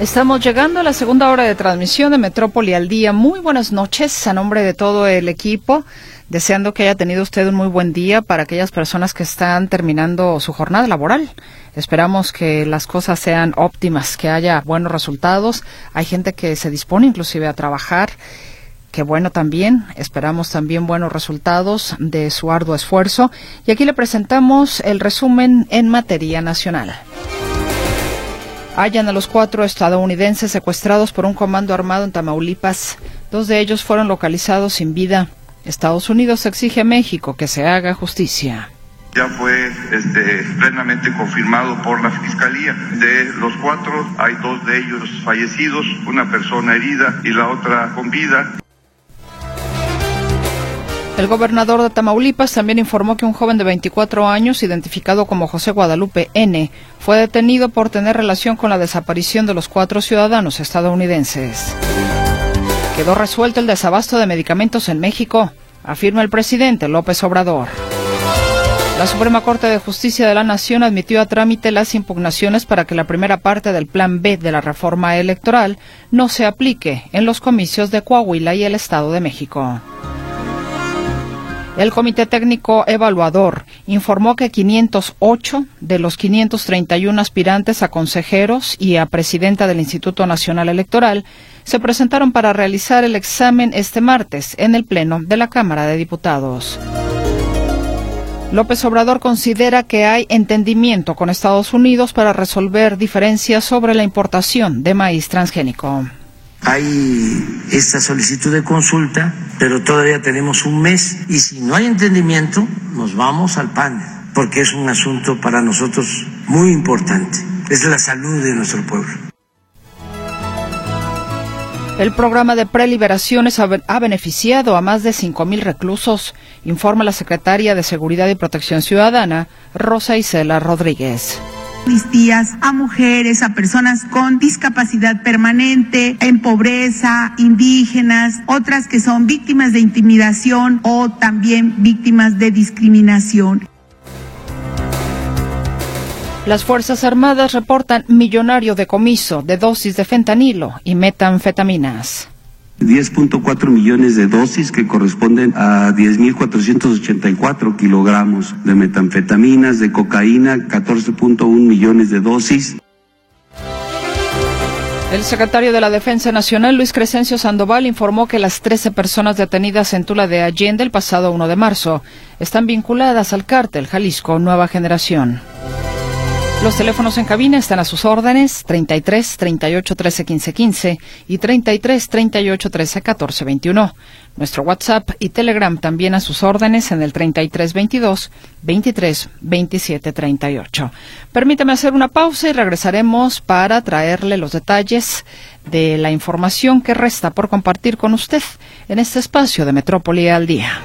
Estamos llegando a la segunda hora de transmisión de Metrópoli al Día. Muy buenas noches a nombre de todo el equipo, deseando que haya tenido usted un muy buen día para aquellas personas que están terminando su jornada laboral. Esperamos que las cosas sean óptimas, que haya buenos resultados. Hay gente que se dispone inclusive a trabajar. Qué bueno también, esperamos también buenos resultados de su arduo esfuerzo. Y aquí le presentamos el resumen en materia nacional. Hallan a los 4 estadounidenses secuestrados por un comando armado en Tamaulipas. 2 de ellos fueron localizados sin vida. Estados Unidos exige a México que se haga justicia. Ya fue plenamente confirmado por la Fiscalía. De los 4, hay 2 de ellos fallecidos, una persona herida y la otra con vida. El gobernador de Tamaulipas también informó que un joven de 24 años, identificado como José Guadalupe N., fue detenido por tener relación con la desaparición de los 4 ciudadanos estadounidenses. Quedó resuelto el desabasto de medicamentos en México, afirma el presidente López Obrador. La Suprema Corte de Justicia de la Nación admitió a trámite las impugnaciones para que la primera parte del Plan B de la reforma electoral no se aplique en los comicios de Coahuila y el Estado de México. El Comité Técnico Evaluador informó que 508 de los 531 aspirantes a consejeros y a presidenta del Instituto Nacional Electoral se presentaron para realizar el examen este martes en el Pleno de la Cámara de Diputados. López Obrador considera que hay entendimiento con Estados Unidos para resolver diferencias sobre la importación de maíz transgénico. Hay esta solicitud de consulta, pero todavía tenemos un mes y si no hay entendimiento, nos vamos al panel, porque es un asunto para nosotros muy importante. Es la salud de nuestro pueblo. El programa de preliberaciones ha beneficiado a más de 5,000 reclusos, informa la secretaria de Seguridad y Protección Ciudadana, Rosa Isela Rodríguez. Amnistías a mujeres, a personas con discapacidad permanente, en pobreza, indígenas, otras que son víctimas de intimidación o también víctimas de discriminación. Las Fuerzas Armadas reportan millonario decomiso de dosis de fentanilo y metanfetaminas. 10.4 millones de dosis que corresponden a 10.484 kilogramos de metanfetaminas, de cocaína, 14.1 millones de dosis. El secretario de la Defensa Nacional, Luis Crescencio Sandoval, informó que las 13 personas detenidas en Tula de Allende el pasado 1 de marzo están vinculadas al cártel Jalisco Nueva Generación. Los teléfonos en cabina están a sus órdenes, 33 38 13 15 15 y 33 38 13 14 21. Nuestro WhatsApp y Telegram también a sus órdenes en el 33 22 23 27 38. Permítame hacer una pausa y regresaremos para traerle los detalles de la información que resta por compartir con usted en este espacio de Metrópoli al Día.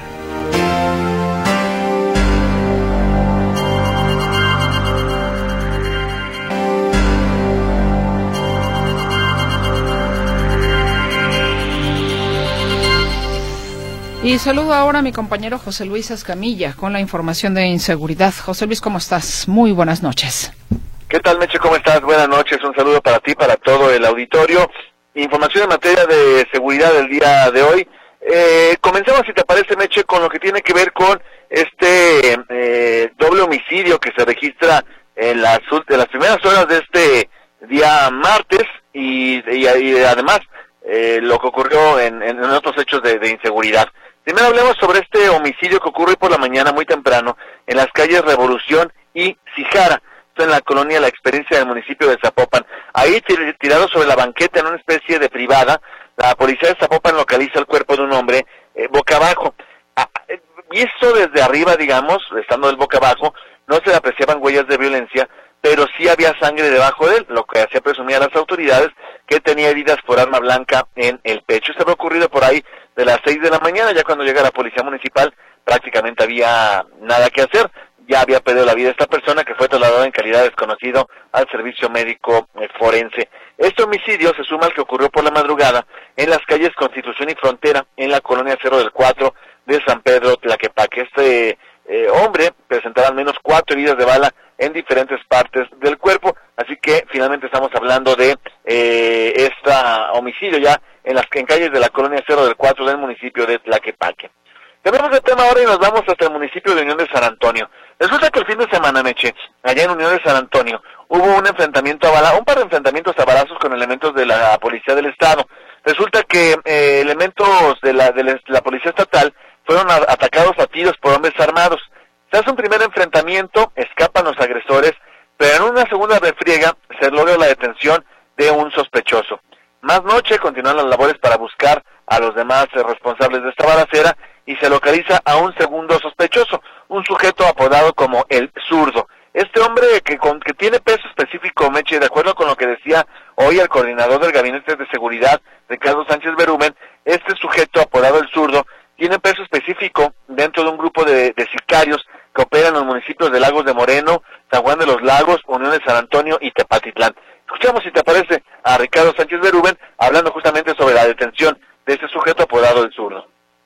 Y saludo ahora a mi compañero José Luis Escamilla con la información de inseguridad. José Luis, ¿cómo estás? Muy buenas noches. ¿Qué tal, Meche? ¿Cómo estás? Buenas noches. Un saludo para ti, para todo el auditorio. Información en materia de seguridad del día de hoy. Comencemos, si te parece, Meche, con lo que tiene que ver con este doble homicidio que se registra en las primeras horas de este día martes y además lo que ocurrió en otros hechos de inseguridad. Primero hablemos sobre este homicidio que ocurrió por la mañana muy temprano en las calles Revolución y Cijara, esto en la colonia La Experiencia del municipio de Zapopan. Ahí, tirado sobre la banqueta en una especie de privada, la policía de Zapopan localiza el cuerpo de un hombre boca abajo. Visto desde arriba, digamos, estando él boca abajo, no se le apreciaban huellas de violencia, pero sí había sangre debajo de él, lo que hacía presumir a las autoridades que tenía heridas por arma blanca en el pecho. Esto había ocurrido por ahí de las 6 de la mañana, ya cuando llega la policía municipal prácticamente había nada que hacer, ya había perdido la vida esta persona que fue trasladada en calidad de desconocido al servicio médico forense. Este homicidio se suma al que ocurrió por la madrugada en las calles Constitución y Frontera, en la colonia Cerro del Cuatro de San Pedro Tlaquepaque. Este hombre presentaba al menos 4 heridas de bala en diferentes partes del cuerpo, así que finalmente estamos hablando de este homicidio ya en calles de la colonia Cerro del Cuatro del municipio de Tlaquepaque. Cambiamos de tema ahora y nos vamos hasta el municipio de Unión de San Antonio. Resulta que el fin de semana, Meche, allá en Unión de San Antonio, hubo un par de enfrentamientos a balazos con elementos de la Policía del Estado. Resulta que elementos de la Policía Estatal fueron atacados a tiros por hombres armados. Se hace un primer enfrentamiento, escapan los agresores, pero en una segunda refriega se logra la detención de un sospechoso. Más noche continúan las labores para buscar a los demás responsables de esta balacera y se localiza a un segundo sospechoso, un sujeto apodado como el Zurdo. Este hombre que tiene peso específico, Meche, de acuerdo con lo que decía hoy el coordinador del Gabinete de Seguridad, Ricardo Sánchez Berumen, este sujeto apodado el Zurdo tiene peso específico dentro de un grupo de sicarios que operan en los municipios de Lagos de Moreno, San Juan de los Lagos, Unión de San Antonio y Tepatitlán. Escuchamos, si te parece, a Ricardo Sánchez Berumen hablando justamente sobre la detención de este sujeto apodado el Zurdo.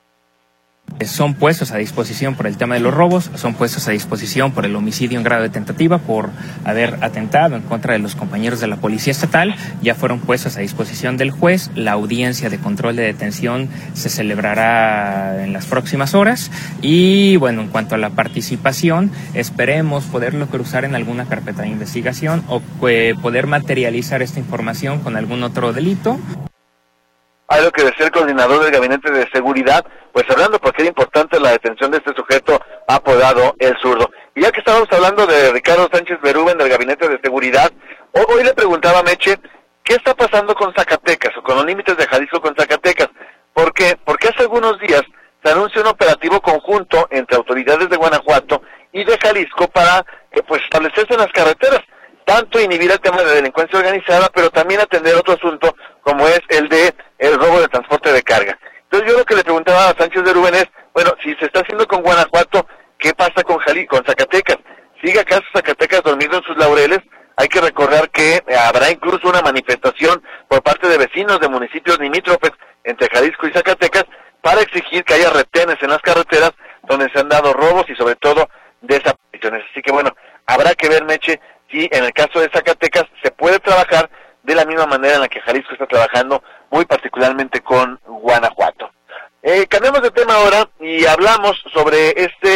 Son puestos a disposición por el tema de los robos, son puestos a disposición por el homicidio en grado de tentativa, por haber atentado en contra de los compañeros de la Policía Estatal. Ya fueron puestos a disposición del juez. La audiencia de control de detención se celebrará en las próximas horas. Y bueno, en cuanto a la participación, esperemos poderlo cruzar en alguna carpeta de investigación o poder materializar esta información con algún otro delito. Hay lo que decía el coordinador del Gabinete de Seguridad, pues hablando porque era importante la detención de este sujeto apodado el Zurdo. Y ya que estábamos hablando de Ricardo Sánchez Berumen del Gabinete de Seguridad, hoy le preguntaba a Meche, ¿qué está pasando con Zacatecas o con los límites de Jalisco con Zacatecas? ¿Por qué? Porque hace algunos días se anuncia un operativo conjunto entre autoridades de Guanajuato y de Jalisco para establecerse en las carreteras, tanto inhibir el tema de delincuencia organizada, pero también atender otro asunto como es el robo de transporte de carga. Entonces yo lo que le preguntaba a Sánchez Berumen es, bueno, si se está haciendo con Guanajuato, ¿qué pasa con Zacatecas? ¿Sigue acaso Zacatecas dormido en sus laureles? Hay que recordar que habrá incluso una manifestación por parte de vecinos de municipios limítrofes entre Jalisco y Zacatecas para exigir que haya retenes en las carreteras donde se han dado robos y sobre todo desapariciones. Así que bueno, habrá que ver, Meche, si en el caso de Zacatecas se puede trabajar de la misma manera en la que Jalisco está trabajando, muy particularmente con Guanajuato. Cambiamos de tema ahora y hablamos sobre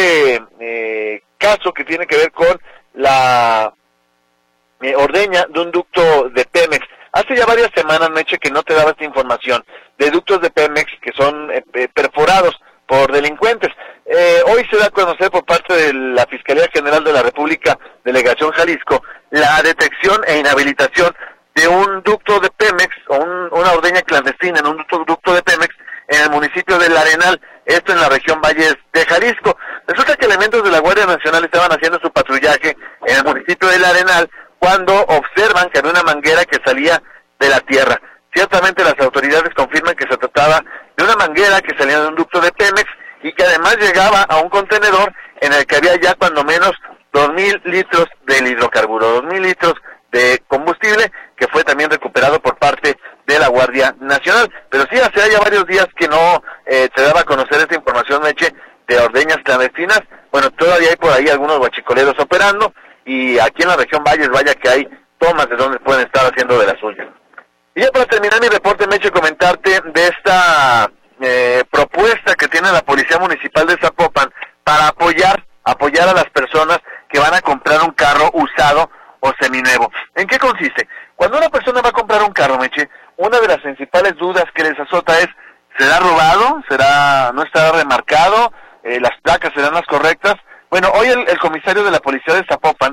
este caso que tiene que ver con la ordeña de un ducto de Pemex. Hace ya varias semanas, Meche, que no te daba esta información de ductos de Pemex que son perforados por delincuentes. Hoy se da a conocer por parte de la Fiscalía General de la República, Delegación Jalisco, la detección e inhabilitación de un ducto de Pemex, o una ordeña clandestina en un ducto de Pemex en el municipio del Arenal, esto en la región Valles de Jalisco. Resulta que elementos de la Guardia Nacional estaban haciendo su patrullaje en el municipio del Arenal cuando observan que había una manguera que salía de la tierra. Ciertamente las autoridades confirman que se trataba de una manguera que salía de un ducto de Pemex y que además llegaba a un contenedor en el que había ya cuando menos 2,000 litros del hidrocarburo, 2,000 litros de combustible, que fue también recuperado por parte de la Guardia Nacional. Pero sí, hace ya varios días que no se daba a conocer esta información, Meche, de ordeñas clandestinas. Bueno, todavía hay por ahí algunos guachicoleros operando, y aquí en la región Valles, vaya que hay tomas de donde pueden estar haciendo de la suya. Y ya para terminar mi reporte, Meche, comentarte de esta propuesta que tiene la Policía Municipal de Zapopan para apoyar a las personas que van a comprar un carro usado o seminuevo. ¿En qué consiste? Cuando una persona va a comprar un carro, Meche, una de las principales dudas que les azota es, ¿será robado? ¿No estará remarcado? ¿Las placas serán las correctas? Bueno, hoy el comisario de la Policía de Zapopan,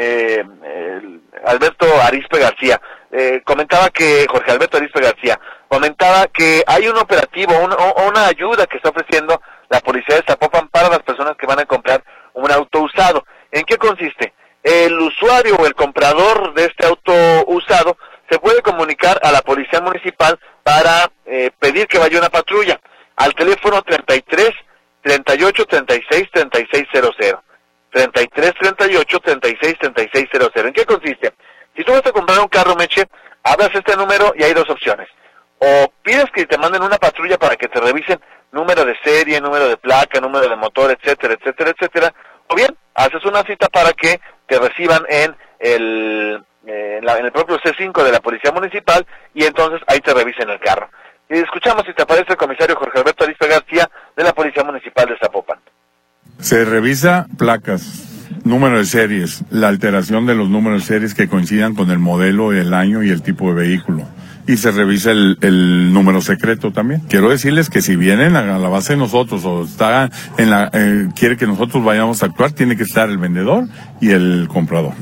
Alberto Arispe García, Jorge Alberto Arispe García, comentaba que hay un operativo, una ayuda que está ofreciendo la Policía de Zapopan para las personas que van a comprar un auto usado. ¿En qué consiste? El usuario o el comprador de este auto usado se puede comunicar a la Policía Municipal para pedir que vaya una patrulla al teléfono 33 38 36 3600. 33 38 36 3600. ¿En qué consiste? Si tú vas a comprar un carro, Meche, hablas este número y hay dos opciones. O pides que te manden una patrulla para que te revisen número de serie, número de placa, número de motor, etcétera, etcétera, etcétera. O bien, haces una cita para que te reciban en el propio C5 de la Policía Municipal, y entonces ahí te revisen el carro. Y escuchamos, si te parece, el comisario Jorge Alberto Arispe García de la Policía Municipal de Zapopan. Se revisa placas, número de series, la alteración de los números de series que coincidan con el modelo, el año y el tipo de vehículo. Y se revisa el número secreto también. Quiero decirles que si vienen a la base de nosotros o está quiere que nosotros vayamos a actuar, tiene que estar el vendedor y el comprador.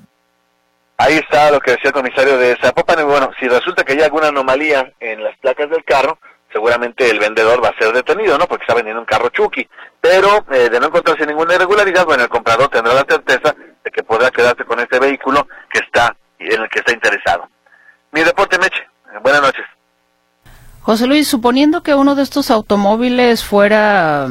Ahí está lo que decía el comisario de Zapopan. Y bueno, si resulta que hay alguna anomalía en las placas del carro, seguramente el vendedor va a ser detenido, ¿no? Porque está vendiendo un carro Chucky. Pero de no encontrarse ninguna irregularidad, bueno, el comprador tendrá la certeza de que podrá quedarse con este vehículo en el que está interesado. Mi reporte, Meche. Buenas noches. José Luis, suponiendo que uno de estos automóviles fuera,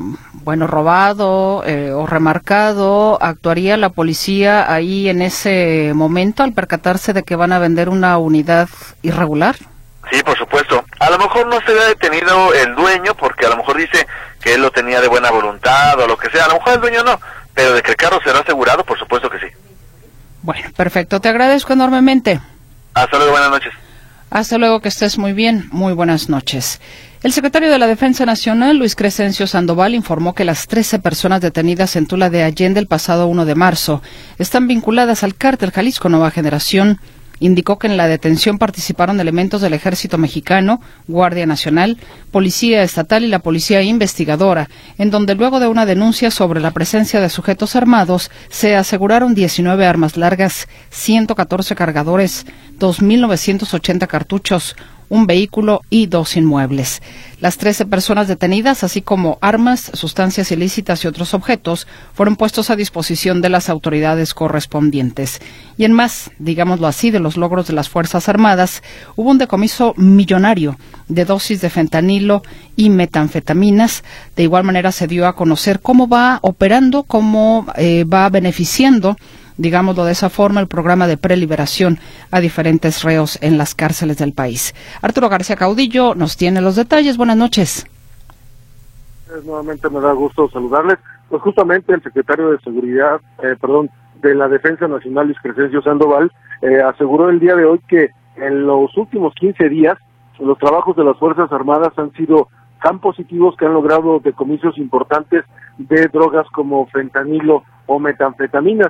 robado o remarcado, ¿actuaría la policía ahí en ese momento al percatarse de que van a vender una unidad irregular? Sí, por supuesto. A lo mejor no será detenido el dueño, porque a lo mejor dice que él lo tenía de buena voluntad o lo que sea. A lo mejor el dueño no, pero de que el carro será asegurado, por supuesto que sí. Bueno, perfecto. Te agradezco enormemente. Hasta luego, buenas noches. Hasta luego, que estés muy bien. Muy buenas noches. El secretario de la Defensa Nacional, Luis Crescencio Sandoval, informó que las 13 personas detenidas en Tula de Allende el pasado 1 de marzo están vinculadas al cártel Jalisco Nueva Generación. Indicó que en la detención participaron elementos del Ejército Mexicano, Guardia Nacional, Policía Estatal y la Policía Investigadora, en donde luego de una denuncia sobre la presencia de sujetos armados, se aseguraron 19 armas largas, 114 cargadores, 2.980 cartuchos, un vehículo y 2 inmuebles. Las 13 personas detenidas, así como armas, sustancias ilícitas y otros objetos, fueron puestos a disposición de las autoridades correspondientes. Y en más, digámoslo así, de los logros de las Fuerzas Armadas, hubo un decomiso millonario de dosis de fentanilo y metanfetaminas. De igual manera se dio a conocer cómo va operando, cómo va beneficiando, digámoslo de esa forma, el programa de preliberación a diferentes reos en las cárceles del país. Arturo García Caudillo nos tiene los detalles. Buenas noches. Nuevamente me da gusto saludarles. Pues justamente el secretario de Seguridad, de la Defensa Nacional, Luis Crescencio Sandoval, aseguró el día de hoy que en los últimos 15 días los trabajos de las Fuerzas Armadas han sido tan positivos que han logrado decomisos importantes de drogas como fentanilo o metanfetaminas.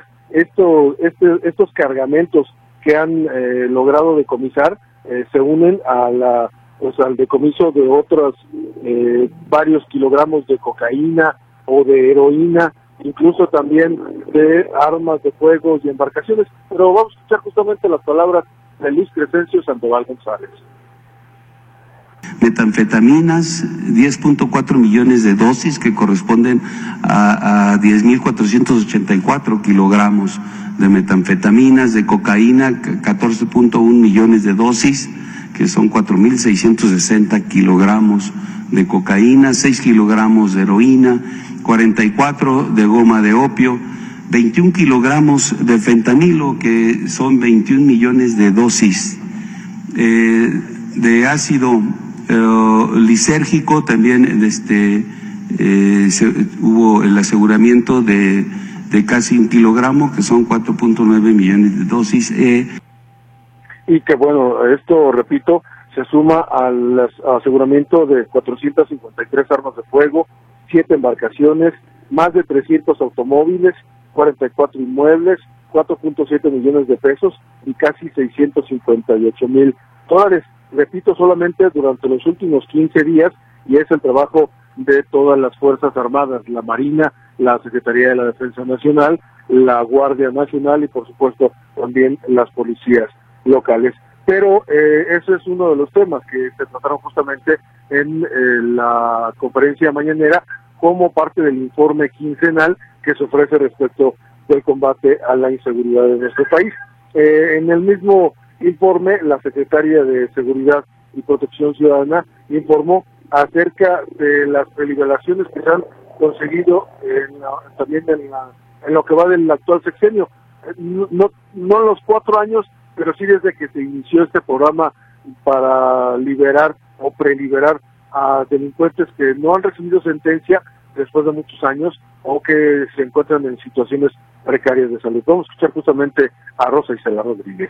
Estos cargamentos que han logrado decomisar se unen al decomiso de otros varios kilogramos de cocaína o de heroína, incluso también de armas de fuego y embarcaciones. Pero vamos a escuchar justamente las palabras de Luis Crescencio Sandoval González. Metanfetaminas, 10.4 millones de dosis que corresponden a 10.484 kilogramos de metanfetaminas, de cocaína, 14.1 millones de dosis, que son 4.660 kilogramos de cocaína, 6 kilogramos de heroína, 44 de goma de opio, 21 kilogramos de fentanilo, que son 21 millones de dosis, de ácido lisérgico, también hubo el aseguramiento de casi 1 kilogramo, que son 4.9 millones de dosis. Y que bueno, esto, repito, se suma al aseguramiento de 453 armas de fuego, 7 embarcaciones, más de 300 automóviles, 44 inmuebles, 4.7 millones de pesos y casi $658,000. Repito, solamente durante los últimos 15 días, y es el trabajo de todas las Fuerzas Armadas, la Marina, la Secretaría de la Defensa Nacional, la Guardia Nacional y por supuesto también las policías locales. Pero ese es uno de los temas que se trataron justamente en la conferencia mañanera como parte del informe quincenal que se ofrece respecto del combate a la inseguridad en nuestro país. En el mismo informe, la Secretaria de Seguridad y Protección Ciudadana informó acerca de las deliberaciones que se han conseguido también en lo que va del actual sexenio. No en los 4 años, pero sí desde que se inició este programa para liberar o preliberar a delincuentes que no han recibido sentencia después de muchos años o que se encuentran en situaciones precarias de salud. Vamos a escuchar justamente a Rosa Isela Rodríguez.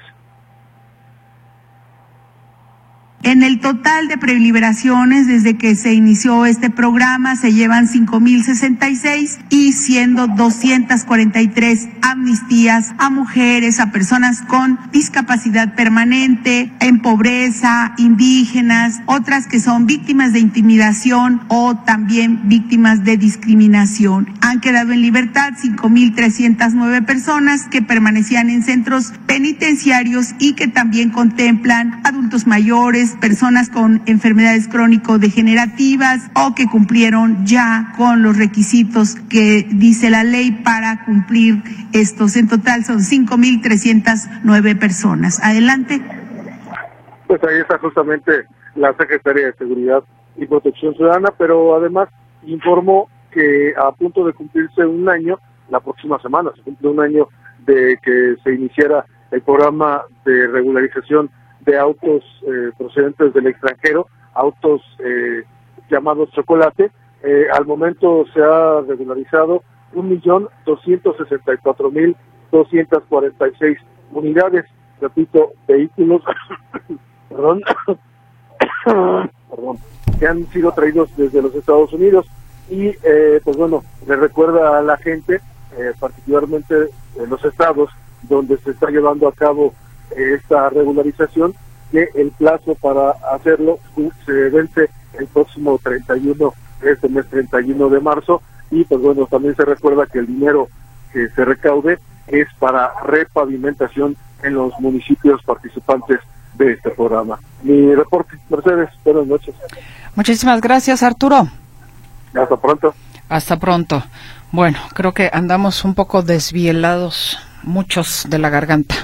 En el total de preliberaciones desde que se inició este programa se llevan 5,066 y siendo 243 amnistías a mujeres, a personas con discapacidad permanente, en pobreza, indígenas, otras que son víctimas de intimidación o también víctimas de discriminación. Han quedado en libertad 5,309 personas que permanecían en centros penitenciarios y que también contemplan adultos mayores, personas con enfermedades crónico-degenerativas o que cumplieron ya con los requisitos que dice la ley para cumplir estos. En total son 5,309 personas. Adelante. Pues ahí está justamente la Secretaría de Seguridad y Protección Ciudadana, pero además informó que a punto de cumplirse un año, la próxima semana se cumple un año de que se iniciara el programa de regularización de autos procedentes del extranjero, autos llamados chocolate. Al momento se ha regularizado 1,264,246 unidades, repito, vehículos perdón, que han sido traídos desde los Estados Unidos y pues bueno, le recuerda a la gente, particularmente en los estados donde se está llevando a cabo esta regularización, que el plazo para hacerlo se vence el próximo 31 de marzo, y pues bueno, también se recuerda que el dinero que se recaude es para repavimentación en los municipios participantes de este programa. Mi reporte, Mercedes, buenas noches. Muchísimas gracias, Arturo. Hasta pronto. Hasta pronto. Bueno, creo que andamos un poco desvielados, muchos de la garganta.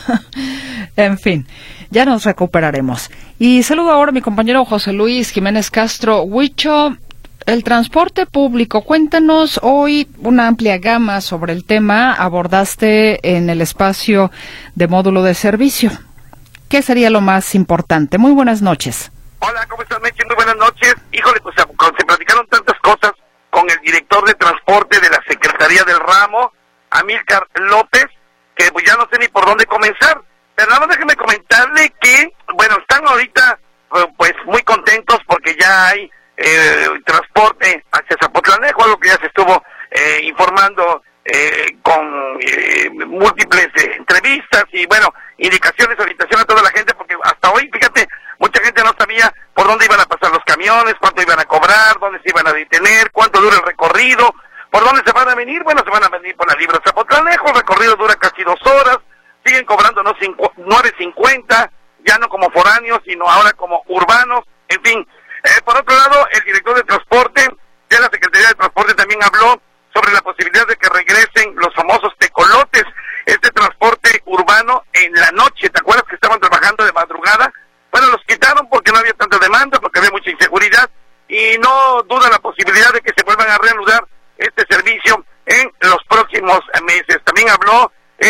En fin, ya nos recuperaremos. Y saludo ahora a mi compañero José Luis Jiménez Castro. Huicho, el transporte público, cuéntanos hoy una amplia gama sobre el tema. Abordaste en el espacio de módulo de servicio. ¿Qué sería lo más importante? Muy buenas noches. Hola, ¿cómo estás, Meche? Muy buenas noches. Híjole, pues se platicaron tantas cosas con el director de transporte de la Secretaría del Ramo, Amílcar López, que pues ya no sé ni por dónde comenzar. Pero nada más déjeme comentarle que, bueno, están ahorita pues muy contentos porque ya hay transporte hacia Zapotlanejo, algo que ya se estuvo informando con múltiples entrevistas y bueno, indicaciones, orientación a toda la gente, porque hasta hoy, fíjate, mucha gente no sabía por dónde iban a pasar los camiones, cuánto iban a cobrar, dónde se iban a detener, cuánto dura el recorrido, por dónde se van a venir. Bueno, se van a venir por la Libra Zapotlanejo, el recorrido dura casi 2 horas, siguen cobrándonos 9.50, ya no como foráneos, sino ahora como urbanos, en fin. Por otro lado, el director de transporte de la Secretaría de Transporte también habló sobre la posibilidad de que regresen los famosos tecolotes, este transporte urbano en la noche. ¿Te acuerdas que estaban trabajando de madrugada? Bueno, los quitaron porque no había tanta demanda, porque había mucha inseguridad, y no duda la posibilidad de que se vuelvan a reanudar este servicio en los próximos meses. También habló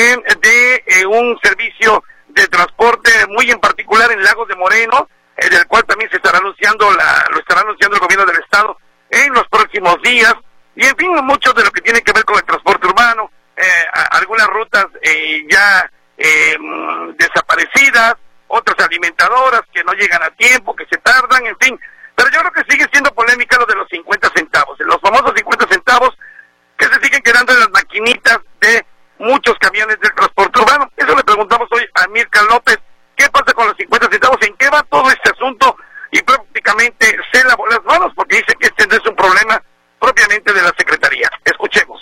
de un servicio de transporte muy en particular en Lagos de Moreno, del cual también se estará anunciando lo estará anunciando el gobierno del estado en los próximos días, y en fin, mucho de lo que tiene que ver con el transporte urbano, algunas rutas ya desaparecidas, otras alimentadoras que no llegan a tiempo, que se tardan, en fin. Pero yo creo que sigue siendo polémica lo de los 50 centavos, los famosos 50 centavos que se siguen quedando en las maquinitas de muchos camiones del transporte urbano. Eso le preguntamos hoy a Amílcar López, ¿qué pasa con los 50 centavos? ¿En qué va todo este asunto? Y prácticamente se lavó las manos porque dice que este no es un problema propiamente de la Secretaría. Escuchemos.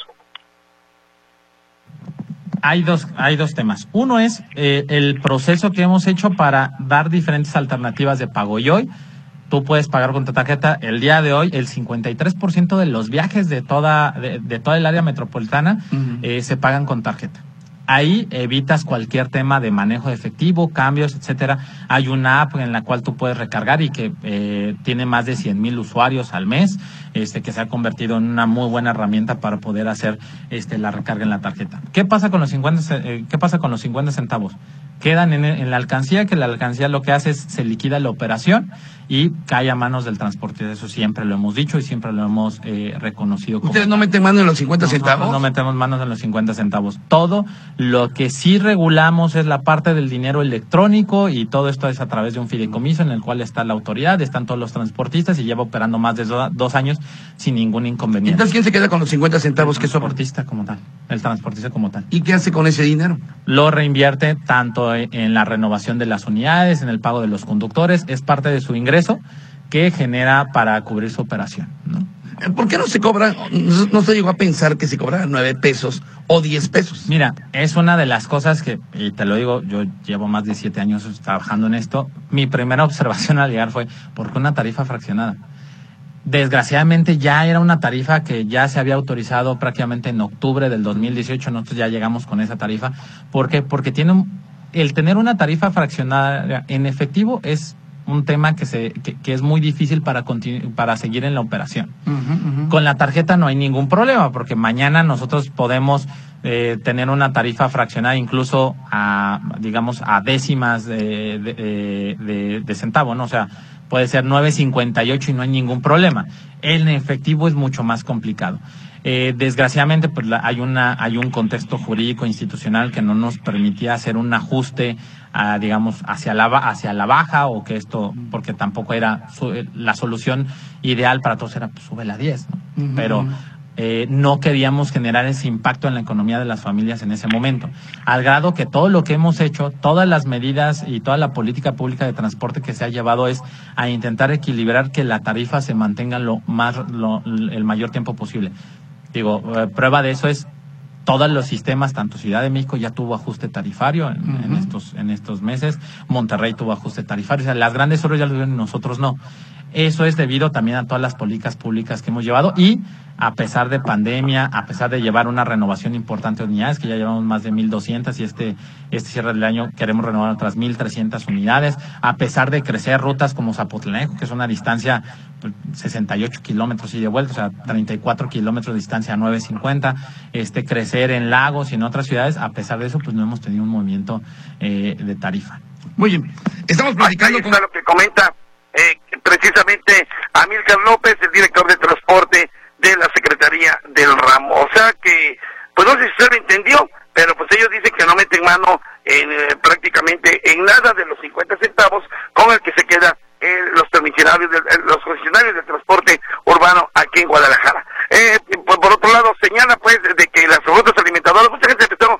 Hay dos temas. Uno es el proceso que hemos hecho para dar diferentes alternativas de pago. Y hoy tú puedes pagar con tu tarjeta. El día de hoy, el 53% de los viajes de toda el área metropolitana se pagan con tarjeta. Ahí evitas cualquier tema de manejo de efectivo, cambios, etcétera. Hay una app en la cual tú puedes recargar y que tiene más de 100,000 usuarios al mes, que se ha convertido en una muy buena herramienta para poder hacer la recarga en la tarjeta. ¿Qué pasa con los 50 centavos? quedan en la alcancía, que la alcancía lo que hace es se liquida la operación y cae a manos del transportista. Eso siempre lo hemos dicho y siempre lo hemos reconocido. ¿Ustedes no meten mano en los 50 centavos? No metemos manos en los 50 centavos. Todo lo que sí regulamos es la parte del dinero electrónico, y todo esto es a través de un fideicomiso en el cual está la autoridad, están todos los transportistas y lleva operando más de 2 años sin ningún inconveniente. Entonces, ¿quién se queda con los 50 centavos? El transportista como tal. El transportista como tal. ¿Y qué hace con ese dinero? Lo reinvierte tanto en la renovación de las unidades, en el pago de los conductores, es parte de su ingreso que genera para cubrir su operación, ¿no? ¿Por qué no se cobra? No se llegó a pensar que se cobraran 9 pesos o 10 pesos. Mira, es una de las cosas que, y te lo digo, yo llevo más de 7 años trabajando en esto. Mi primera observación al llegar fue, ¿por qué una tarifa fraccionada? Desgraciadamente ya era una tarifa que ya se había autorizado prácticamente en octubre del 2018, nosotros ya llegamos con esa tarifa. ¿Por qué? Porque el tener una tarifa fraccionada en efectivo es un tema que es muy difícil para seguir en la operación. Con la tarjeta no hay ningún problema, porque mañana nosotros podemos tener una tarifa fraccionada incluso a décimas de centavo, ¿no? O sea, puede ser 9.58 y no hay ningún problema. En efectivo es mucho más complicado. Desgraciadamente, pues hay un contexto jurídico institucional que no nos permitía hacer un ajuste, hacia la baja, o que esto, porque tampoco era la solución ideal para todos, era pues, súbela a 10, ¿no? Pero no queríamos generar ese impacto en la economía de las familias en ese momento, al grado que todo lo que hemos hecho, todas las medidas y toda la política pública de transporte que se ha llevado es a intentar equilibrar que la tarifa se mantenga el mayor tiempo posible. Prueba de eso es todos los sistemas, tanto Ciudad de México ya tuvo ajuste tarifario en estos meses, Monterrey tuvo ajuste tarifario, o sea, las grandes urbes ya lo tuvieron, nosotros no. Eso es debido también a todas las políticas públicas que hemos llevado, y a pesar de pandemia, a pesar de llevar una renovación importante de unidades, que ya llevamos más de 1,200 y este cierre del año queremos renovar otras 1,300 unidades, a pesar de crecer rutas como Zapotlanejo, que es una distancia 68 kilómetros y de vuelta, o sea, 34 kilómetros de distancia a 9.50, crecer en Lagos y en otras ciudades, a pesar de eso, pues no hemos tenido un movimiento de tarifa. Muy bien, estamos platicando con lo que comenta precisamente Amílcar López, el director de transporte de la Secretaría del Ramo. O sea que, pues no sé si se lo entendió, pero pues ellos dicen que no meten mano prácticamente en nada de los 50 centavos con el que se queda los concesionarios del transporte urbano aquí en Guadalajara. Por otro lado, señala pues de que las rutas alimentadoras, mucha gente empezó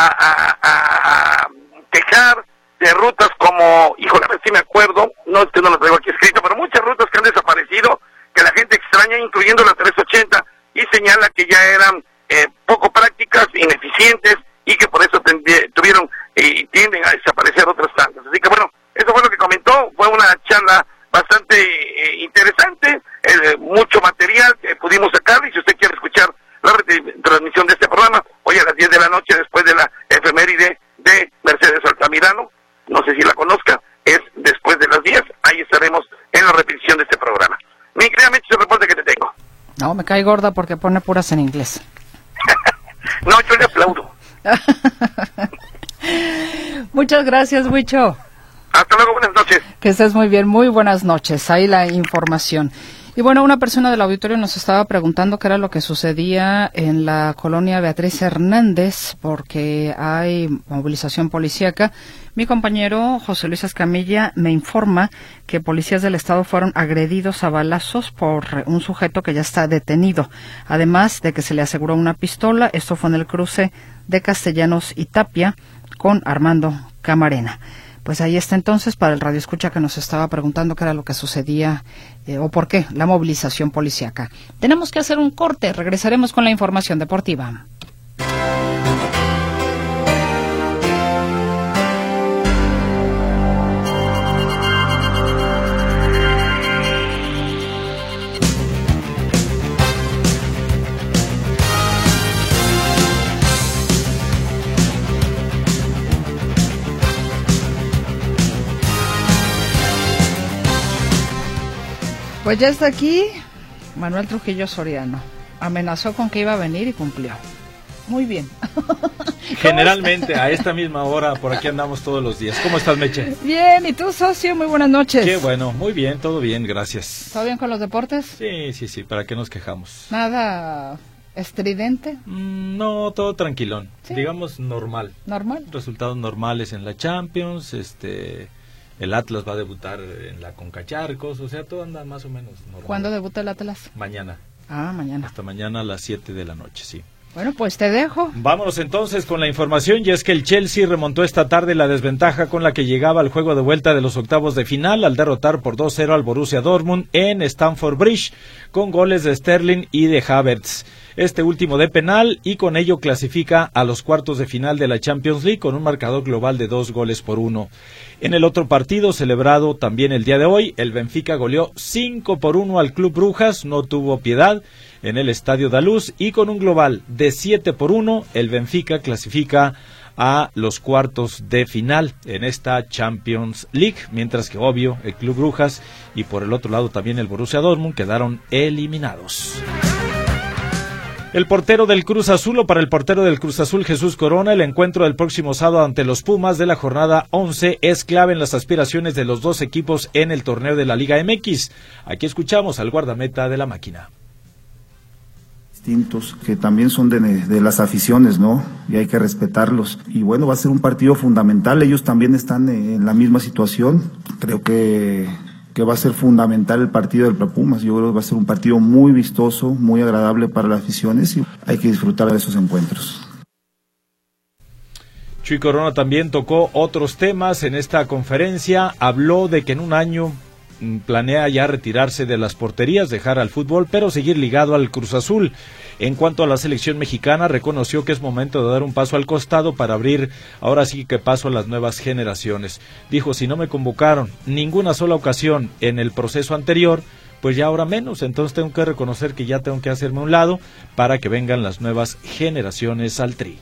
a quejar de rutas como, híjole, a ver si me acuerdo, no es que no lo traigo aquí escrito, pero muchas rutas que han desaparecido, que la gente extraña, incluyendo la 380, y señala que ya eran poco prácticas, ineficientes, y que por eso tuvieron y tienden a desaparecer otras tantas. Así que bueno, eso fue lo que comentó, fue una charla bastante interesante, mucho material que pudimos sacar, y si usted quiere escuchar la transmisión de este programa, hoy a las 10 de la noche, después de la efeméride de Mercedes Altamirano, no sé si la conozca, es después de las 10, ahí estaremos en la repetición de este programa. Mi querida Meche, el reporte que te tengo. No, me cae gorda porque pone puras en inglés. No, yo le aplaudo. Muchas gracias, Huicho. Hasta luego, buenas noches. Que estés muy bien, muy buenas noches. Ahí la información. Y bueno, una persona del auditorio nos estaba preguntando qué era lo que sucedía en la colonia Beatriz Hernández, porque hay movilización policíaca. Mi compañero José Luis Escamilla me informa que policías del estado fueron agredidos a balazos por un sujeto que ya está detenido, además de que se le aseguró una pistola. Esto fue en el cruce de Castellanos y Tapia con Armando Camarena. Pues ahí está entonces para el radioescucha que nos estaba preguntando qué era lo que sucedía o por qué la movilización policíaca. Tenemos que hacer un corte, regresaremos con la información deportiva. Pues ya está aquí Manuel Trujillo Soriano. Amenazó con que iba a venir y cumplió. Muy bien. Generalmente a esta misma hora por aquí andamos todos los días. ¿Cómo estás, Meche? Bien, ¿y tú, socio? Muy buenas noches. Qué bueno, muy bien, todo bien, gracias. ¿Todo bien con los deportes? Sí, ¿para qué nos quejamos? ¿Nada estridente? No, todo tranquilón, ¿sí? Digamos normal. ¿Normal? Resultados normales en la Champions, el Atlas va a debutar en la Concacharcos, o sea, todo anda más o menos normal. ¿Cuándo debuta el Atlas? Mañana. Ah, mañana. Hasta mañana a las 7 de la noche, sí. Bueno, pues te dejo. Vámonos entonces con la información, y es que el Chelsea remontó esta tarde la desventaja con la que llegaba al juego de vuelta de los octavos de final al derrotar por 2-0 al Borussia Dortmund en Stamford Bridge con goles de Sterling y de Havertz. Este último de penal, y con ello clasifica a los cuartos de final de la Champions League con un marcador global de 2-1. En el otro partido, celebrado también el día de hoy, el Benfica goleó 5-1 al Club Brujas, no tuvo piedad en el Estadio Daluz, y con un global de 7-1, el Benfica clasifica a los cuartos de final en esta Champions League, mientras que obvio el Club Brujas y por el otro lado también el Borussia Dortmund quedaron eliminados. El portero del Cruz Azul, o para el portero del Cruz Azul, Jesús Corona, el encuentro del próximo sábado ante los Pumas de la jornada 11 es clave en las aspiraciones de los dos equipos en el torneo de la Liga MX. Aquí escuchamos al guardameta de la máquina. Distintos, que también son de las aficiones, ¿no? Y hay que respetarlos. Y bueno, va a ser un partido fundamental, ellos también están en la misma situación. Creo que va a ser fundamental el partido del Pumas. Yo creo que va a ser un partido muy vistoso, muy agradable para las aficiones, y hay que disfrutar de esos encuentros. Chuy Corona también tocó otros temas en esta conferencia, habló de que en un año planea ya retirarse de las porterías, dejar al fútbol, pero seguir ligado al Cruz Azul. En cuanto a la selección mexicana, reconoció que es momento de dar un paso al costado para abrir ahora sí que paso a las nuevas generaciones. Dijo, si no me convocaron ninguna sola ocasión en el proceso anterior, pues ya ahora menos, entonces tengo que reconocer que ya tengo que hacerme a un lado para que vengan las nuevas generaciones al Tri.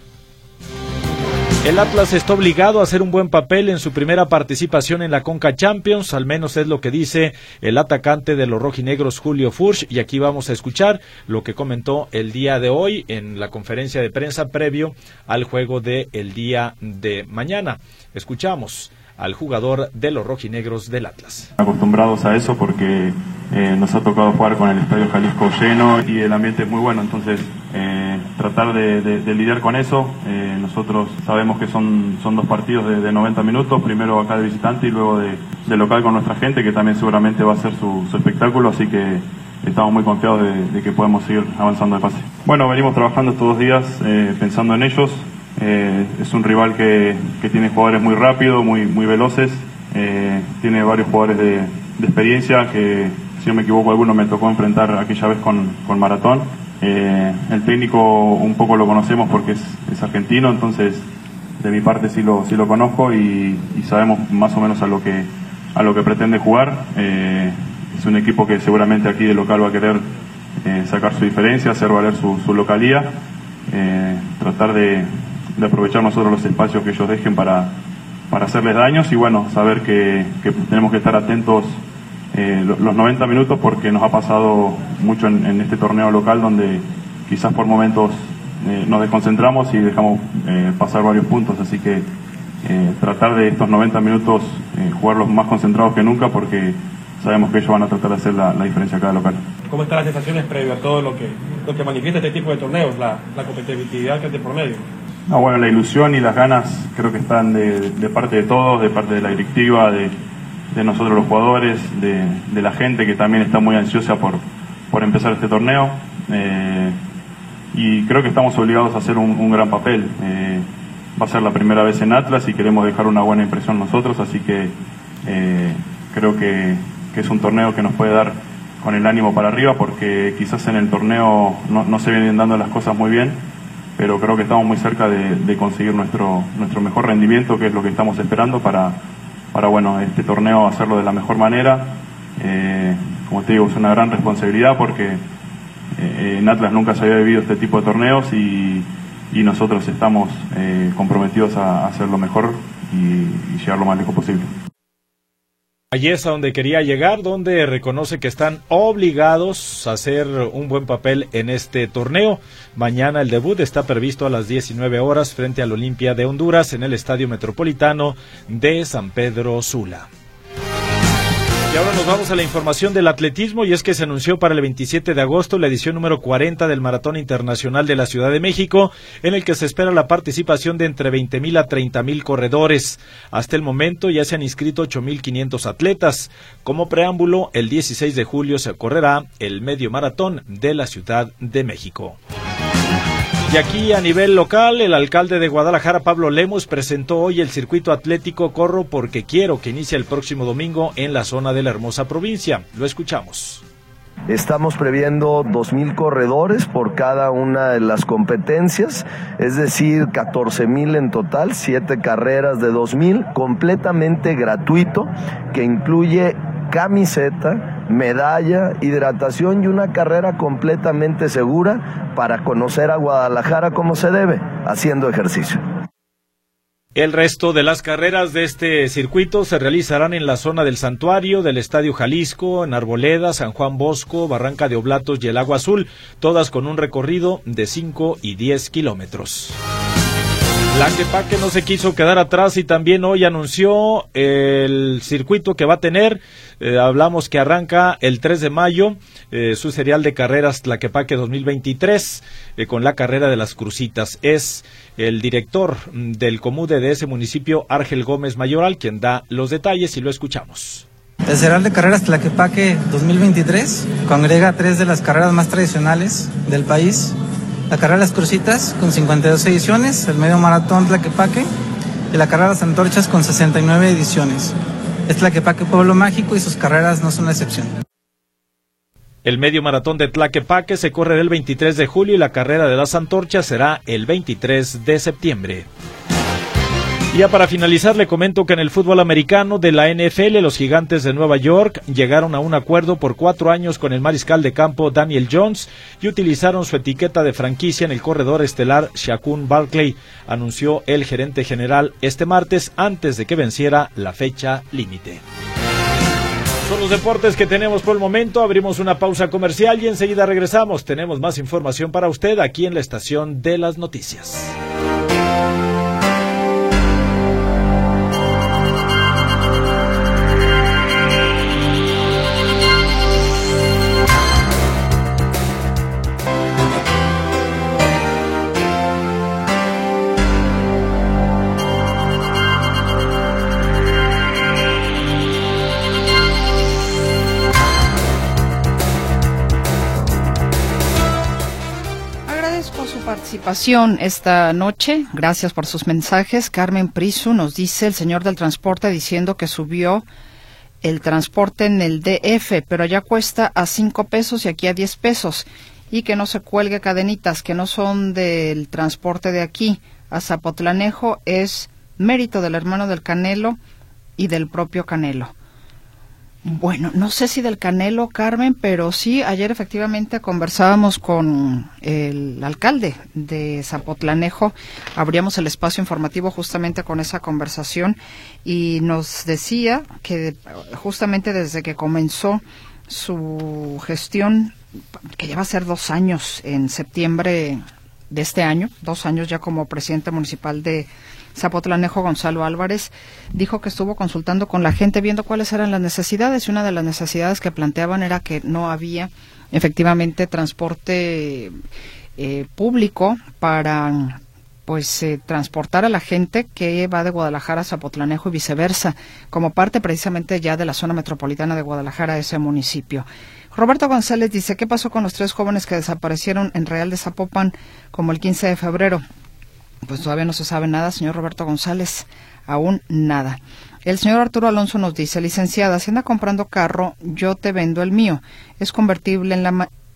El Atlas está obligado a hacer un buen papel en su primera participación en la Conca Champions, al menos es lo que dice el atacante de los rojinegros Julio Furch, y aquí vamos a escuchar lo que comentó el día de hoy en la conferencia de prensa previo al juego de el día de mañana. Escuchamos al jugador de los rojinegros del Atlas. Acostumbrados a eso porque nos ha tocado jugar con el Estadio Jalisco lleno y el ambiente es muy bueno, entonces tratar de lidiar con eso. Nosotros sabemos que son dos partidos de 90 minutos, primero acá de visitante y luego de local con nuestra gente, que también seguramente va a ser su espectáculo, así que estamos muy confiados de que podemos seguir avanzando de fase. Bueno, venimos trabajando estos 2 días pensando en ellos. Es un rival que tiene jugadores muy rápidos, muy veloces, tiene varios jugadores de experiencia, que si no me equivoco alguno me tocó enfrentar aquella vez con Maratón. El técnico un poco lo conocemos porque es argentino, entonces de mi parte sí lo conozco y sabemos más o menos a lo que pretende jugar. Es un equipo que seguramente aquí de local va a querer sacar su diferencia, hacer valer su localía, tratar de aprovechar nosotros los espacios que ellos dejen para hacerles daños, y bueno, saber que tenemos que estar atentos los 90 minutos, porque nos ha pasado mucho en este torneo local donde quizás por momentos nos desconcentramos y dejamos pasar varios puntos, así que tratar de estos 90 minutos jugarlos más concentrados que nunca, porque sabemos que ellos van a tratar de hacer la diferencia cada local. ¿Cómo están las sensaciones previo a todo lo que manifiesta este tipo de torneos, la competitividad que hay de por medio? No, bueno, la ilusión y las ganas creo que están de parte de todos, de parte de la directiva, de nosotros los jugadores, de la gente que también está muy ansiosa por empezar este torneo, y creo que estamos obligados a hacer un gran papel. Va a ser la primera vez en Atlas y queremos dejar una buena impresión nosotros, así que creo que es un torneo que nos puede dar con el ánimo para arriba, porque quizás en el torneo no se vienen dando las cosas muy bien, pero creo que estamos muy cerca de conseguir nuestro mejor rendimiento, que es lo que estamos esperando para bueno, este torneo hacerlo de la mejor manera. Como te digo, es una gran responsabilidad porque en Atlas nunca se había vivido este tipo de torneos y nosotros estamos comprometidos a hacerlo mejor y llegar lo más lejos posible. Allí es a donde quería llegar, donde reconoce que están obligados a hacer un buen papel en este torneo. Mañana el debut está previsto a las 19 horas frente al Olimpia de Honduras en el Estadio Metropolitano de San Pedro Sula. Y ahora nos vamos a la información del atletismo, y es que se anunció para el 27 de agosto la edición número 40 del Maratón Internacional de la Ciudad de México, en el que se espera la participación de entre 20,000 a 30,000 corredores. Hasta el momento ya se han inscrito 8,500 atletas. Como preámbulo, el 16 de julio se correrá el medio maratón de la Ciudad de México. Y aquí a nivel local, el alcalde de Guadalajara, Pablo Lemos, presentó hoy el circuito atlético Corro Porque Quiero, que inicia el próximo domingo en la zona de la hermosa provincia. Lo escuchamos. Estamos previendo 2,000 corredores por cada una de las competencias, es decir, 14,000 en total, 7 carreras de 2,000, completamente gratuito, que incluye camiseta, medalla, hidratación y una carrera completamente segura para conocer a Guadalajara como se debe, haciendo ejercicio. El resto de las carreras de este circuito se realizarán en la zona del Santuario, del Estadio Jalisco, en Arboleda, San Juan Bosco, Barranca de Oblatos y el Agua Azul, todas con un recorrido de 5 y 10 kilómetros. Tlaquepaque no se quiso quedar atrás y también hoy anunció el circuito que va a tener. Hablamos que arranca el 3 de mayo su serial de carreras Tlaquepaque 2023 con la carrera de las Crucitas. Es el director del Comude de ese municipio, Ángel Gómez Mayoral, quien da los detalles y lo escuchamos. El serial de carreras Tlaquepaque 2023 congrega 3 de las carreras más tradicionales del país. La carrera de las Crucitas con 52 ediciones, el medio maratón Tlaquepaque y la carrera de las Antorchas con 69 ediciones. Es Tlaquepaque Pueblo Mágico y sus carreras no son la excepción. El medio maratón de Tlaquepaque se correrá el 23 de julio y la carrera de las Antorchas será el 23 de septiembre. Y ya para finalizar le comento que en el fútbol americano de la NFL los Gigantes de Nueva York llegaron a un acuerdo por 4 años con el mariscal de campo Daniel Jones y utilizaron su etiqueta de franquicia en el corredor estelar Saquon Barkley, anunció el gerente general este martes antes de que venciera la fecha límite. Son los deportes que tenemos por el momento. Abrimos una pausa comercial y enseguida regresamos. Tenemos más información para usted aquí en la estación de las noticias. Participación esta noche, gracias por sus mensajes. Carmen Prisu nos dice: el señor del transporte diciendo que subió el transporte en el DF, pero allá cuesta a 5 pesos y aquí a 10 pesos, y que no se cuelgue cadenitas que no son del transporte de aquí a Zapotlanejo, es mérito del hermano del Canelo y del propio Canelo. Bueno, no sé si del Canelo, Carmen, pero sí, ayer efectivamente conversábamos con el alcalde de Zapotlanejo, abríamos el espacio informativo justamente con esa conversación y nos decía que justamente desde que comenzó su gestión, que ya va a ser 2 años en septiembre de este año, 2 años ya como presidente municipal de Zapotlanejo, Gonzalo Álvarez, dijo que estuvo consultando con la gente viendo cuáles eran las necesidades, y una de las necesidades que planteaban era que no había efectivamente transporte público para transportar a la gente que va de Guadalajara a Zapotlanejo y viceversa, como parte precisamente ya de la zona metropolitana de Guadalajara, ese municipio. Roberto González dice: ¿qué pasó con los 3 jóvenes que desaparecieron en Real de Zapopan como el 15 de febrero? Pues todavía no se sabe nada, señor Roberto González, aún nada. El señor Arturo Alonso nos dice: licenciada, si anda comprando carro, yo te vendo el mío. Es convertible, en la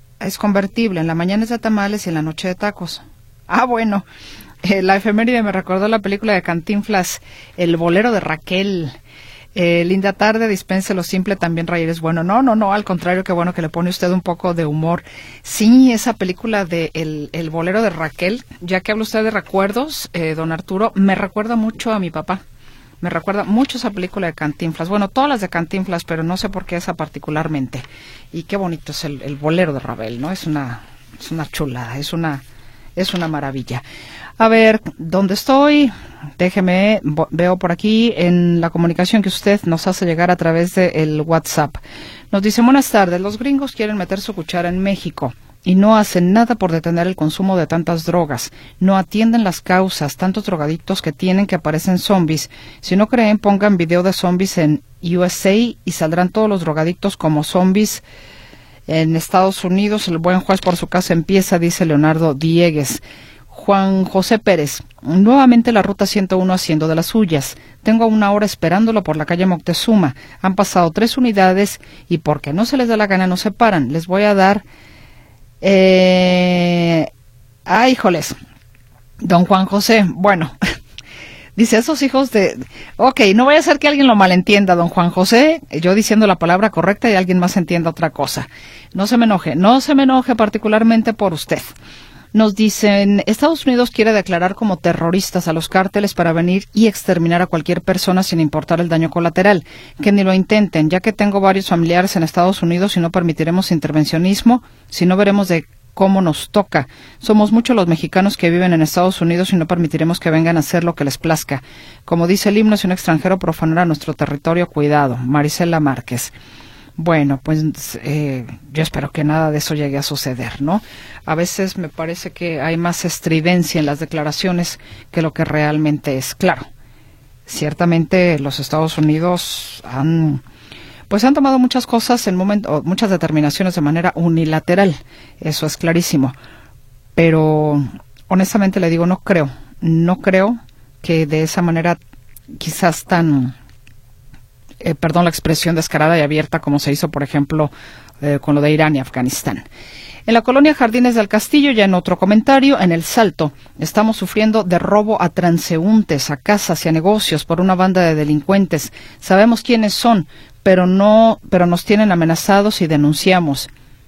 mañana es de tamales y en la noche de tacos. Ah, bueno, la efeméride me recordó la película de Cantinflas, El bolero de Raquel. Linda tarde, dispense lo simple, también reír es bueno. No, al contrario, qué bueno que le pone usted un poco de humor. Sí, esa película de el bolero de Raquel, ya que habla usted de recuerdos, don Arturo, me recuerda mucho a mi papá. Me recuerda mucho esa película de Cantinflas. Bueno, todas las de Cantinflas, pero no sé por qué esa particularmente. Y qué bonito es el bolero de Ravel, ¿no? Es una chulada, es una maravilla. A ver, ¿dónde estoy? Déjeme, veo por aquí en la comunicación que usted nos hace llegar a través del WhatsApp. Nos dice, buenas tardes, los gringos quieren meter su cuchara en México y no hacen nada por detener el consumo de tantas drogas. No atienden las causas, tantos drogadictos que tienen que aparecen zombies. Si no creen, pongan video de zombies en USA y saldrán todos los drogadictos como zombies. En Estados Unidos, el buen juez por su casa empieza, dice Leonardo Diegues. Juan José Pérez, nuevamente la ruta 101 haciendo de las suyas. Tengo 1 hora esperándolo por la calle Moctezuma. Han pasado 3 unidades y porque no se les da la gana no se paran. Les voy a dar... híjoles, don Juan José, bueno, dice esos hijos de... Ok, no vaya a ser que alguien lo malentienda, don Juan José, yo diciendo la palabra correcta y alguien más entienda otra cosa. No se me enoje particularmente por usted. Nos dicen, Estados Unidos quiere declarar como terroristas a los cárteles para venir y exterminar a cualquier persona sin importar el daño colateral. Que ni lo intenten, ya que tengo varios familiares en Estados Unidos y no permitiremos intervencionismo, si no veremos de cómo nos toca. Somos muchos los mexicanos que viven en Estados Unidos y no permitiremos que vengan a hacer lo que les plazca. Como dice el himno, si un extranjero profanara nuestro territorio, cuidado. Marisela Márquez. Bueno, pues yo espero que nada de eso llegue a suceder, ¿no? A veces me parece que hay más estridencia en las declaraciones que lo que realmente es. Claro, ciertamente los Estados Unidos han tomado muchas cosas muchas determinaciones de manera unilateral, eso es clarísimo. Pero honestamente le digo, no creo que de esa manera quizás tan... perdón la expresión descarada y abierta como se hizo, por ejemplo, con lo de Irán y Afganistán. En la colonia Jardines del Castillo, ya en otro comentario, en El Salto, estamos sufriendo de robo a transeúntes, a casas y a negocios por una banda de delincuentes. Sabemos quiénes son, pero nos tienen amenazados y denunciamos.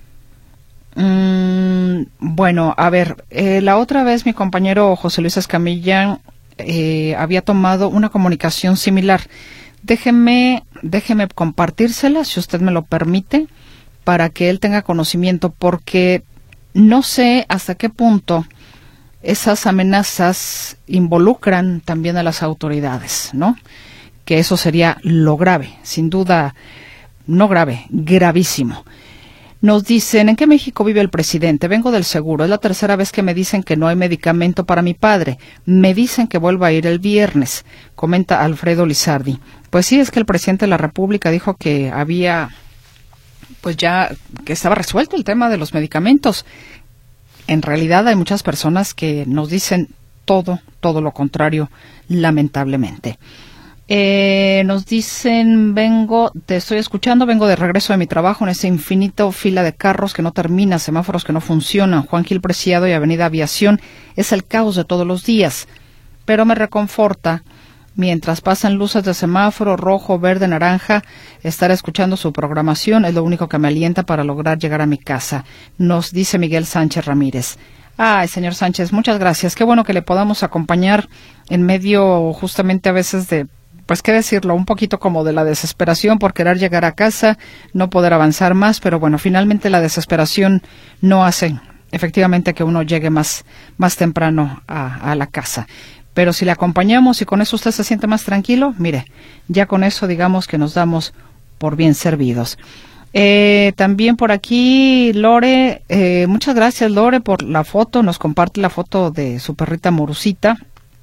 Bueno, a ver, la otra vez mi compañero José Luis Escamilla había tomado una comunicación similar. Déjeme compartírsela, si usted me lo permite, para que él tenga conocimiento, porque no sé hasta qué punto esas amenazas involucran también a las autoridades, ¿no? Que eso sería lo grave, sin duda, no grave, gravísimo. Nos dicen, ¿en qué México vive el presidente? Vengo del seguro, es la tercera vez que me dicen que no hay medicamento para mi padre. Me dicen que vuelva a ir el viernes, comenta Alfredo Lizardi. Pues sí, es que el presidente de la República dijo que había, pues ya, que estaba resuelto el tema de los medicamentos. En realidad hay muchas personas que nos dicen todo lo contrario, lamentablemente. Nos dicen, te estoy escuchando, vengo de regreso de mi trabajo en ese infinito fila de carros que no termina, semáforos que no funcionan, Juan Gil Preciado y Avenida Aviación, es el caos de todos los días. Pero me reconforta, mientras pasan luces de semáforo, rojo, verde, naranja, estar escuchando su programación es lo único que me alienta para lograr llegar a mi casa, nos dice Miguel Sánchez Ramírez. Ay, señor Sánchez, muchas gracias, qué bueno que le podamos acompañar en medio justamente a veces de, pues qué decirlo, un poquito como de la desesperación por querer llegar a casa, no poder avanzar más, pero bueno, finalmente la desesperación no hace efectivamente que uno llegue más temprano a la casa. Pero si le acompañamos y con eso usted se siente más tranquilo, mire, ya con eso digamos que nos damos por bien servidos. También por aquí Lore, muchas gracias Lore por la foto, nos comparte la foto de su perrita Morucita.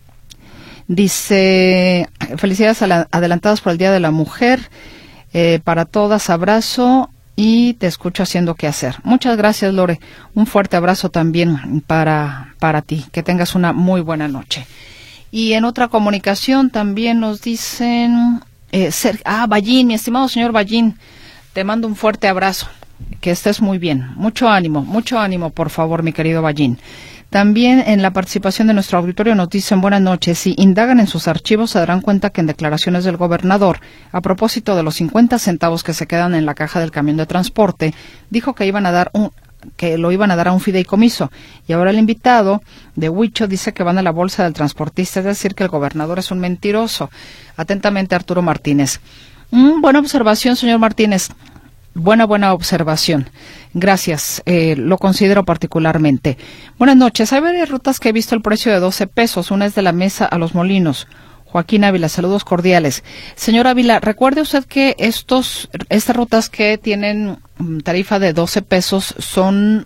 Dice, felicidades adelantadas por el Día de la Mujer, para todas, abrazo y te escucho haciendo qué hacer. Muchas gracias Lore, un fuerte abrazo también para ti, que tengas una muy buena noche. Y en otra comunicación también nos dicen, Ballín, mi estimado señor Ballín, te mando un fuerte abrazo, que estés muy bien, mucho ánimo, por favor, mi querido Ballín. También en la participación de nuestro auditorio nos dicen buenas noches. Si indagan en sus archivos se darán cuenta que en declaraciones del gobernador, a propósito de los 50 centavos que se quedan en la caja del camión de transporte, dijo que iban a dar que lo iban a dar a un fideicomiso. Y ahora el invitado de Huicho dice que van a la bolsa del transportista, es decir, que el gobernador es un mentiroso. Atentamente, Arturo Martínez. Buena observación, señor Martínez. Buena observación. Gracias. Lo considero particularmente. Buenas noches. Hay varias rutas que he visto el precio de 12 pesos. Una es de la Mesa a Los Molinos. Joaquín Ávila, saludos cordiales. Señor Ávila, recuerde usted que estas rutas que tienen tarifa de 12 pesos son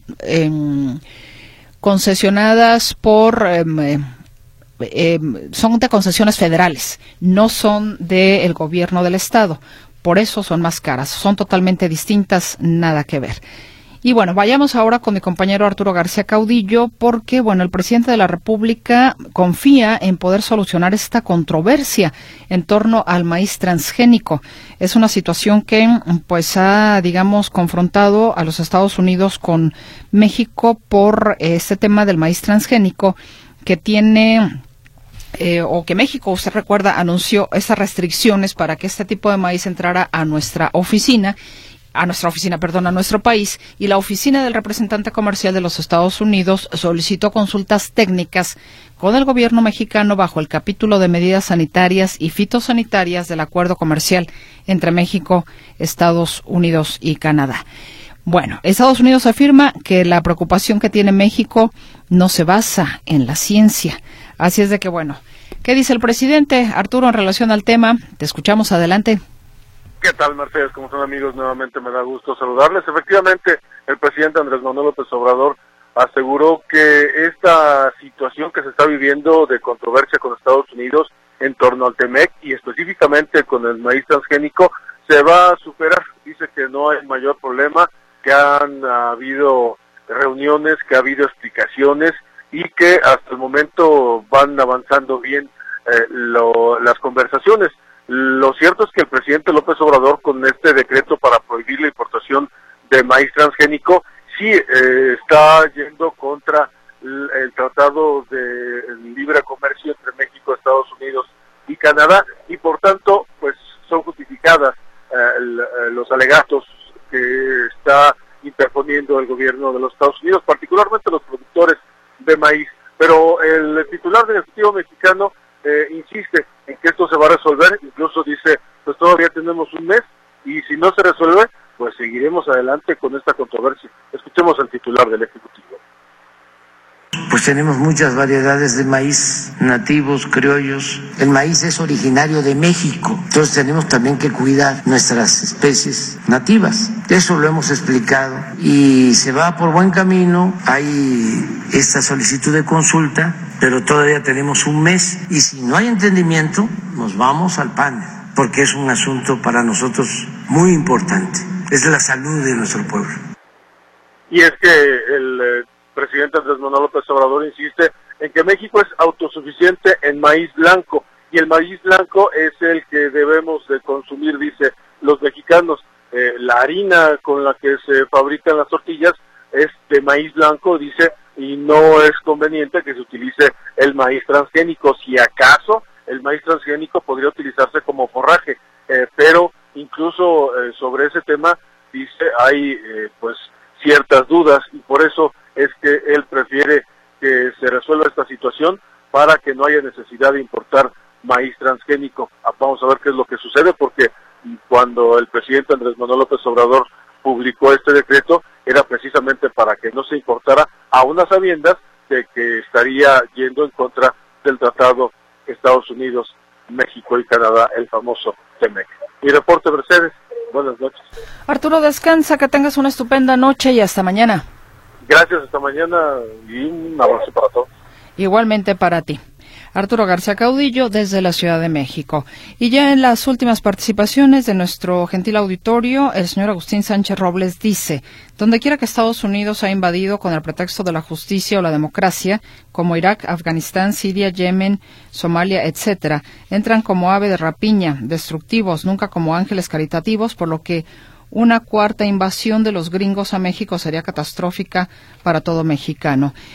concesionadas son de concesiones federales, no son del gobierno del estado. Por eso son más caras, son totalmente distintas, nada que ver. Y bueno, vayamos ahora con mi compañero Arturo García Caudillo, porque bueno, el presidente de la República confía en poder solucionar esta controversia en torno al maíz transgénico. Es una situación que pues ha, digamos, confrontado a los Estados Unidos con México por este tema del maíz transgénico que tiene... o que México, usted recuerda, anunció esas restricciones para que este tipo de maíz entrara a nuestro país, y la oficina del representante comercial de los Estados Unidos solicitó consultas técnicas con el gobierno mexicano bajo el capítulo de medidas sanitarias y fitosanitarias del acuerdo comercial entre México, Estados Unidos y Canadá. Bueno, Estados Unidos afirma que la preocupación que tiene México no se basa en la ciencia. Así es de que, bueno, ¿qué dice el presidente, Arturo, en relación al tema? Te escuchamos, adelante. ¿Qué tal, Mercedes? ¿Cómo son, amigos? Nuevamente me da gusto saludarles. Efectivamente, el presidente Andrés Manuel López Obrador aseguró que esta situación que se está viviendo de controversia con Estados Unidos en torno al TEMEC y específicamente con el maíz transgénico se va a superar. Dice que no hay mayor problema, que han habido reuniones, que ha habido explicaciones y que hasta el momento van avanzando bien las conversaciones. Lo cierto es que el presidente López Obrador, con este decreto para prohibir la importación de maíz transgénico, sí está yendo contra el Tratado de Libre Comercio entre México, Estados Unidos y Canadá, y por tanto, pues son justificadas los alegatos que está interponiendo el gobierno de los Estados Unidos, particularmente los productores de maíz. Pero el titular del Ejecutivo mexicano insiste en que esto se va a resolver, incluso dice, pues todavía tenemos un mes y si no se resuelve, pues seguiremos adelante con esta controversia. Escuchemos al titular del Ejecutivo. Pues tenemos muchas variedades de maíz, nativos, criollos. El maíz es originario de México, entonces tenemos también que cuidar nuestras especies nativas. Eso lo hemos explicado y se va por buen camino. Hay esta solicitud de consulta, pero todavía tenemos un mes y si no hay entendimiento, nos vamos al panel, porque es un asunto para nosotros muy importante. Es la salud de nuestro pueblo. Y es que el presidente Andrés Manuel López Obrador insiste en que México es autosuficiente en maíz blanco y el maíz blanco es el que debemos de consumir, dice, los mexicanos. La harina con la que se fabrican las tortillas es de maíz blanco, dice, y no es conveniente que se utilice el maíz transgénico. Si acaso el maíz transgénico podría utilizarse como forraje, pero incluso sobre ese tema, dice, hay pues ciertas dudas y por eso es que él prefiere que se resuelva esta situación para que no haya necesidad de importar maíz transgénico. Vamos a ver qué es lo que sucede, porque cuando el presidente Andrés Manuel López Obrador publicó este decreto, era precisamente para que no se importara a unas sabiendas de que estaría yendo en contra del Tratado Estados Unidos, México y Canadá, el famoso TEMEC. Mi reporte, Mercedes. Buenas noches. Arturo, descansa, que tengas una estupenda noche y hasta mañana. Gracias, hasta mañana y un abrazo para todos. Igualmente para ti. Arturo García Caudillo desde la Ciudad de México. Y ya en las últimas participaciones de nuestro gentil auditorio, el señor Agustín Sánchez Robles dice: donde quiera que Estados Unidos ha invadido con el pretexto de la justicia o la democracia, como Irak, Afganistán, Siria, Yemen, Somalia, etcétera, entran como ave de rapiña, destructivos, nunca como ángeles caritativos, por lo que una cuarta invasión de los gringos a México sería catastrófica para todo mexicano.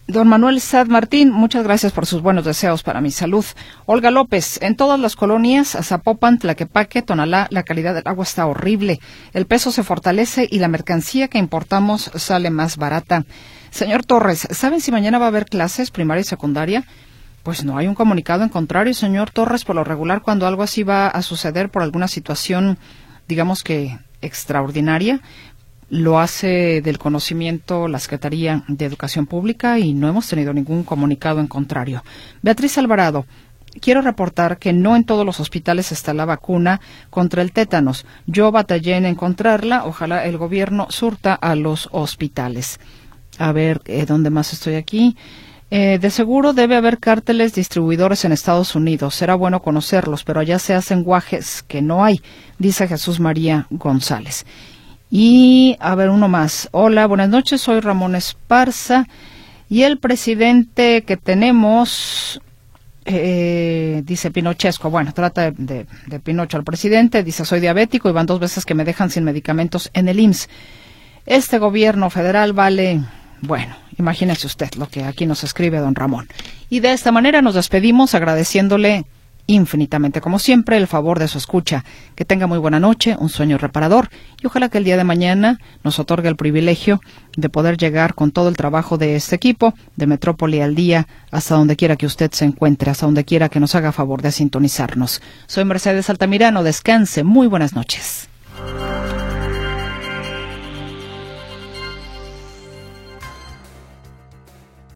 Don Manuel Sad Martín, muchas gracias por sus buenos deseos para mi salud. Olga López, en todas las colonias, Zapopan, Tlaquepaque, Tonalá, la calidad del agua está horrible. El peso se fortalece y la mercancía que importamos sale más barata. Señor Torres, ¿saben si mañana va a haber clases primaria y secundaria? Pues no hay un comunicado en contrario, señor Torres. Por lo regular, cuando algo así va a suceder por alguna situación, digamos que extraordinaria, lo hace del conocimiento la Secretaría de Educación Pública y no hemos tenido ningún comunicado en contrario. Beatriz Alvarado, quiero reportar que no en todos los hospitales está la vacuna contra el tétanos. Yo batallé en encontrarla, ojalá el gobierno surta a los hospitales. A ver, ¿dónde más estoy aquí? De seguro debe haber cárteles distribuidores en Estados Unidos. Será bueno conocerlos, pero allá se hacen guajes que no hay, dice Jesús María González. Y, a ver, uno más. Hola, buenas noches, soy Ramón Esparza. Y el presidente que tenemos, dice Pinochesco, bueno, trata de Pinocho al presidente, dice soy diabético y van 2 veces que me dejan sin medicamentos en el IMSS. Este gobierno federal vale, bueno, imagínese usted lo que aquí nos escribe don Ramón. Y de esta manera nos despedimos agradeciéndole infinitamente, como siempre, el favor de su escucha. Que tenga muy buena noche, un sueño reparador y ojalá que el día de mañana nos otorgue el privilegio de poder llegar con todo el trabajo de este equipo de Metrópoli al Día hasta donde quiera que usted se encuentre, hasta donde quiera que nos haga favor de sintonizarnos. Soy Mercedes Altamirano, descanse, muy buenas noches.